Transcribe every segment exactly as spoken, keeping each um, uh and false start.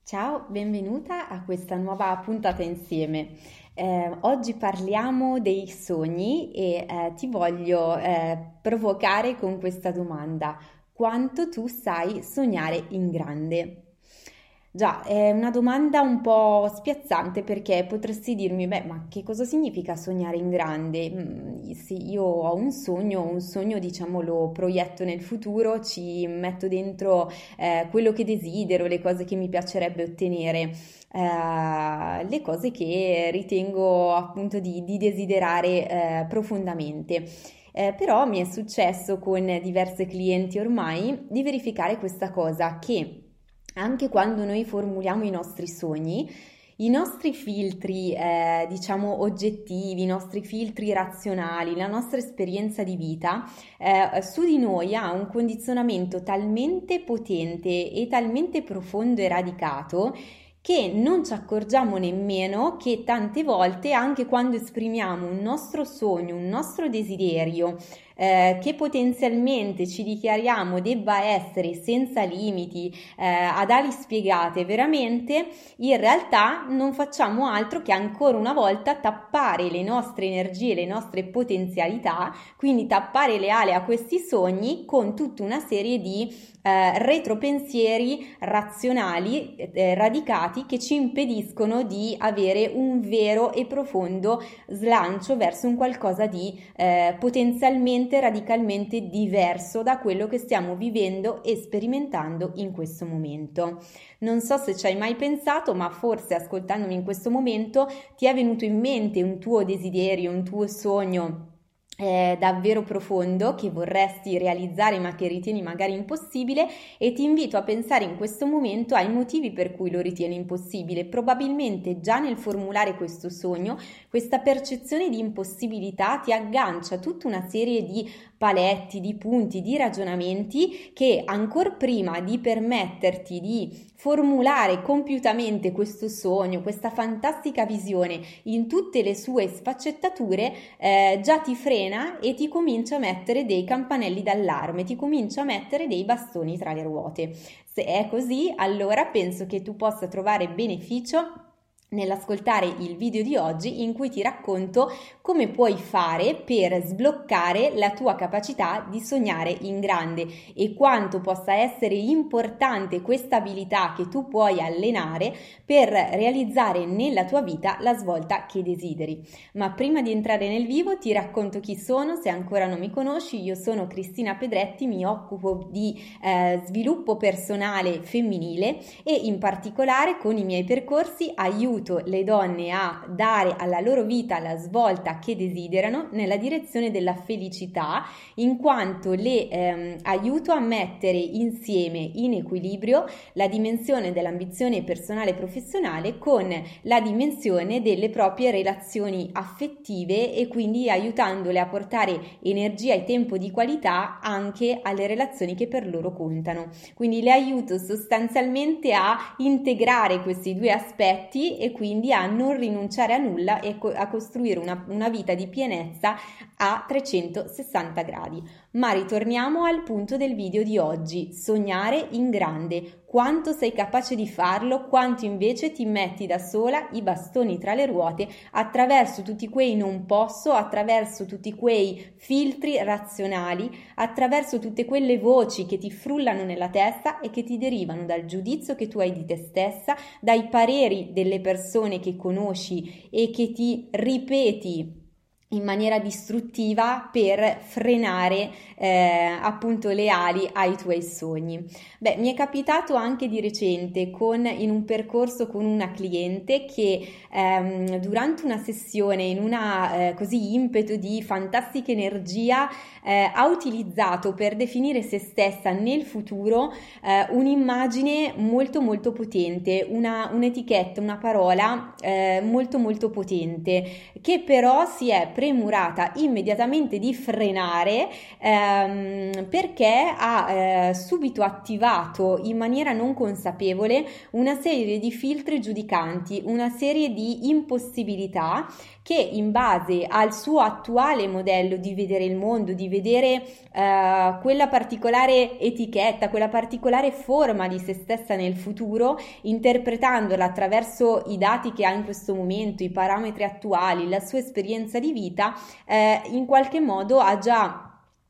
Ciao, benvenuta a questa nuova puntata insieme. Eh, oggi parliamo dei sogni e eh, ti voglio eh, provocare con questa domanda: quanto tu sai sognare in grande? Già, è una domanda un po' spiazzante perché potresti dirmi, beh, ma che cosa significa sognare in grande? Mm, sì, io ho un sogno, un sogno, diciamo, lo proietto nel futuro, ci metto dentro eh, quello che desidero, le cose che mi piacerebbe ottenere, eh, le cose che ritengo appunto di, di desiderare eh, profondamente. Eh, però mi è successo con diverse clienti ormai di verificare questa cosa che anche quando noi formuliamo i nostri sogni, i nostri filtri, eh, diciamo, oggettivi, i nostri filtri razionali, la nostra esperienza di vita, eh, su di noi ha un condizionamento talmente potente e talmente profondo e radicato che non ci accorgiamo nemmeno che tante volte, anche quando esprimiamo un nostro sogno, un nostro desiderio, eh, che potenzialmente ci dichiariamo debba essere senza limiti, eh, ad ali spiegate, veramente, in realtà non facciamo altro che ancora una volta tappare le nostre energie, le nostre potenzialità, quindi tappare le ali a questi sogni con tutta una serie di eh, retropensieri razionali eh, radicati che ci impediscono di avere un vero e profondo slancio verso un qualcosa di eh, potenzialmente radicalmente diverso da quello che stiamo vivendo e sperimentando in questo momento. Non so se ci hai mai pensato, ma forse ascoltandomi in questo momento ti è venuto in mente un tuo desiderio, un tuo sogno eh, davvero profondo che vorresti realizzare ma che ritieni magari impossibile, e ti invito a pensare in questo momento ai motivi per cui lo ritieni impossibile. Probabilmente già nel formulare questo sogno, questa percezione di impossibilità ti aggancia tutta una serie di paletti, di punti, di ragionamenti che ancor prima di permetterti di formulare compiutamente questo sogno, questa fantastica visione in tutte le sue sfaccettature, eh, già ti frena e ti comincia a mettere dei campanelli d'allarme, ti comincia a mettere dei bastoni tra le ruote. Se è così, allora penso che tu possa trovare beneficio nell'ascoltare il video di oggi, in cui ti racconto come puoi fare per sbloccare la tua capacità di sognare in grande e quanto possa essere importante questa abilità che tu puoi allenare per realizzare nella tua vita la svolta che desideri. Ma prima di entrare nel vivo ti racconto chi sono, se ancora non mi conosci. Io sono Cristina Pedretti, mi occupo di eh, sviluppo personale femminile e in particolare con i miei percorsi aiuto le donne a dare alla loro vita la svolta che desiderano nella direzione della felicità, in quanto le ehm, aiuto a mettere insieme in equilibrio la dimensione dell'ambizione personale e professionale con la dimensione delle proprie relazioni affettive, e quindi aiutandole a portare energia e tempo di qualità anche alle relazioni che per loro contano. Quindi le aiuto sostanzialmente a integrare questi due aspetti e quindi a non rinunciare a nulla e a costruire una, una vita di pienezza a trecentosessanta gradi. Ma ritorniamo al punto del video di oggi: sognare in grande. Quanto sei capace di farlo, quanto invece ti metti da sola i bastoni tra le ruote attraverso tutti quei non posso, attraverso tutti quei filtri razionali, attraverso tutte quelle voci che ti frullano nella testa e che ti derivano dal giudizio che tu hai di te stessa, dai pareri delle persone che conosci e che ti ripeti in maniera distruttiva per frenare eh, appunto le ali ai tuoi sogni. Beh, mi è capitato anche di recente con, in un percorso con una cliente che ehm, durante una sessione, in una eh, così impeto di fantastica energia, eh, ha utilizzato per definire se stessa nel futuro eh, un'immagine molto molto potente, una, un'etichetta, una parola eh, molto molto potente, che però si è premurata immediatamente di frenare ehm, perché ha eh, subito attivato in maniera non consapevole una serie di filtri giudicanti, una serie di impossibilità che in base al suo attuale modello di vedere il mondo, di vedere eh, quella particolare etichetta, quella particolare forma di se stessa nel futuro, interpretandola attraverso i dati che ha in questo momento, i parametri attuali, la sua esperienza di vita, eh, in qualche modo ha già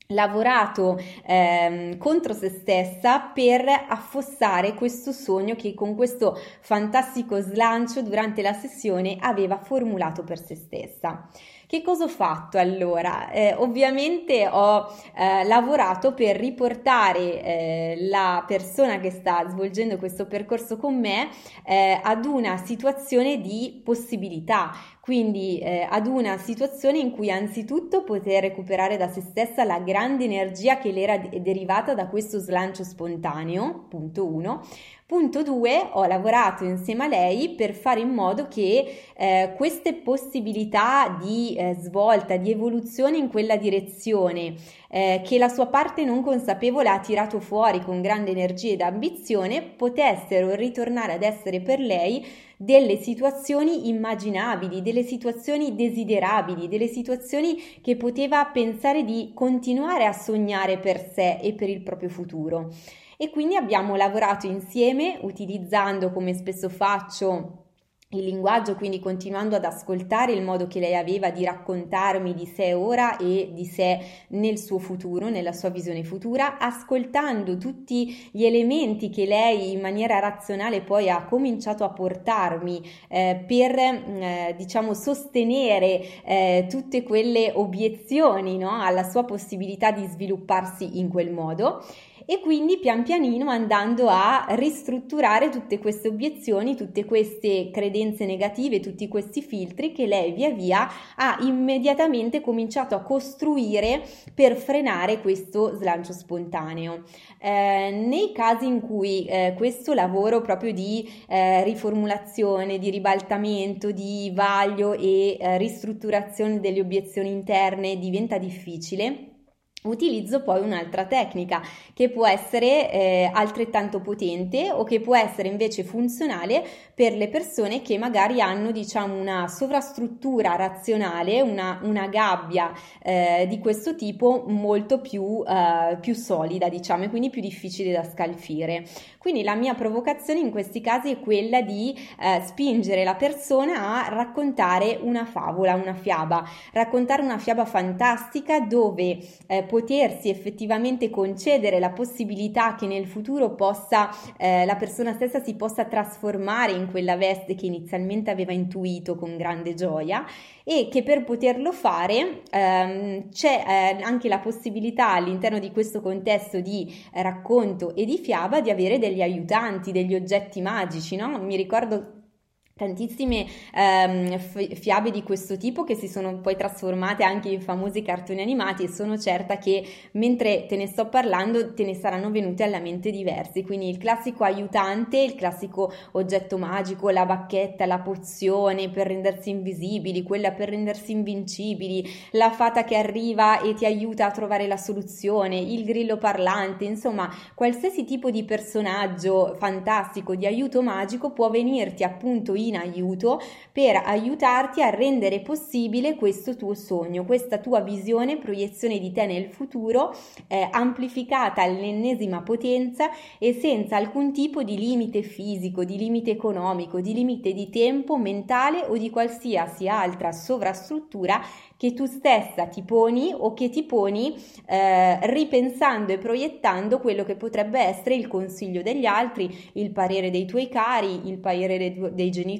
lavorato ehm, contro se stessa per affossare questo sogno che con questo fantastico slancio durante la sessione aveva formulato per se stessa. Che cosa ho fatto allora? Eh, ovviamente ho eh, lavorato per riportare eh, la persona che sta svolgendo questo percorso con me eh, ad una situazione di possibilità, quindi eh, ad una situazione in cui anzitutto poter recuperare da se stessa la grande energia che le era de- derivata da questo slancio spontaneo, punto uno. Punto due, ho lavorato insieme a lei per fare in modo che eh, queste possibilità di eh, svolta, di evoluzione in quella direzione eh, che la sua parte non consapevole ha tirato fuori con grande energia ed ambizione, potessero ritornare ad essere per lei delle situazioni immaginabili, delle situazioni desiderabili, delle situazioni che poteva pensare di continuare a sognare per sé e per il proprio futuro. E quindi abbiamo lavorato insieme utilizzando, come spesso faccio, il linguaggio, quindi continuando ad ascoltare il modo che lei aveva di raccontarmi di sé ora e di sé nel suo futuro, nella sua visione futura, ascoltando tutti gli elementi che lei in maniera razionale poi ha cominciato a portarmi eh, per eh, diciamo sostenere eh, tutte quelle obiezioni, no, alla sua possibilità di svilupparsi in quel modo. E quindi pian pianino andando a ristrutturare tutte queste obiezioni, tutte queste credenze negative, tutti questi filtri che lei via via ha immediatamente cominciato a costruire per frenare questo slancio spontaneo. Eh, nei casi in cui eh, questo lavoro proprio di eh, riformulazione, di ribaltamento, di vaglio e eh, ristrutturazione delle obiezioni interne diventa difficile, utilizzo poi un'altra tecnica che può essere eh, altrettanto potente o che può essere invece funzionale per le persone che magari hanno, diciamo, una sovrastruttura razionale, una, una gabbia eh, di questo tipo molto più, eh, più solida, diciamo, e quindi più difficile da scalfire. Quindi la mia provocazione in questi casi è quella di eh, spingere la persona a raccontare una favola, una fiaba, raccontare una fiaba fantastica dove eh, potersi effettivamente concedere la possibilità che nel futuro possa eh, la persona stessa si possa trasformare in quella veste che inizialmente aveva intuito con grande gioia, e che per poterlo fare ehm, c'è eh, anche la possibilità all'interno di questo contesto di eh, racconto e di fiaba di avere degli aiutanti, degli oggetti magici, no? Mi ricordo tantissime ehm, fiabe di questo tipo che si sono poi trasformate anche in famosi cartoni animati, e sono certa che mentre te ne sto parlando te ne saranno venute alla mente diversi. Quindi il classico aiutante, il classico oggetto magico, la bacchetta, la pozione per rendersi invisibili, quella per rendersi invincibili, la fata che arriva e ti aiuta a trovare la soluzione, il grillo parlante, insomma qualsiasi tipo di personaggio fantastico di aiuto magico può venirti appunto in aiuto per aiutarti a rendere possibile questo tuo sogno, questa tua visione, proiezione di te nel futuro, eh, amplificata all'ennesima potenza e senza alcun tipo di limite fisico, di limite economico, di limite di tempo, mentale o di qualsiasi altra sovrastruttura che tu stessa ti poni o che ti poni eh, ripensando e proiettando quello che potrebbe essere il consiglio degli altri, il parere dei tuoi cari, il parere dei, dei genitori,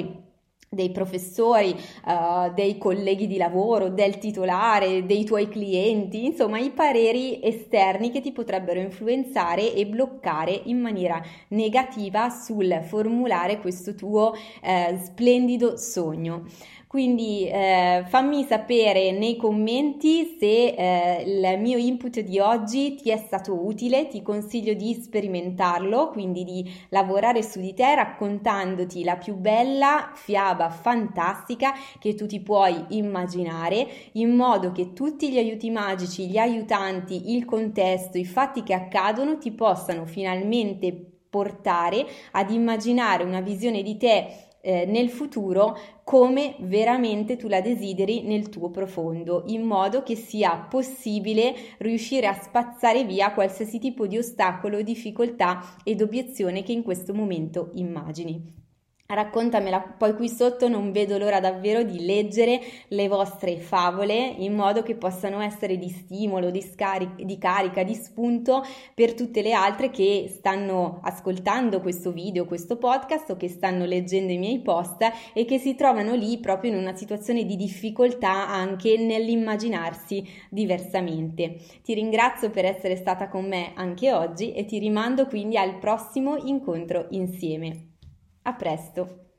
dei professori, uh, dei colleghi di lavoro, del titolare, dei tuoi clienti, insomma i pareri esterni che ti potrebbero influenzare e bloccare in maniera negativa sul formulare questo tuo uh, splendido sogno. Quindi eh, fammi sapere nei commenti se eh, il mio input di oggi ti è stato utile. Ti consiglio di sperimentarlo, quindi di lavorare su di te raccontandoti la più bella fiaba fiaba fantastica che tu ti puoi immaginare, in modo che tutti gli aiuti magici, gli aiutanti, il contesto, i fatti che accadono ti possano finalmente portare ad immaginare una visione di te eh, nel futuro come veramente tu la desideri nel tuo profondo, in modo che sia possibile riuscire a spazzare via qualsiasi tipo di ostacolo, difficoltà ed obiezione che in questo momento immagini. Raccontamela poi qui sotto, non vedo l'ora davvero di leggere le vostre favole in modo che possano essere di stimolo, di, scarica, di carica, di spunto per tutte le altre che stanno ascoltando questo video, questo podcast o che stanno leggendo i miei post e che si trovano lì proprio in una situazione di difficoltà anche nell'immaginarsi diversamente. Ti ringrazio per essere stata con me anche oggi e ti rimando quindi al prossimo incontro insieme. A presto!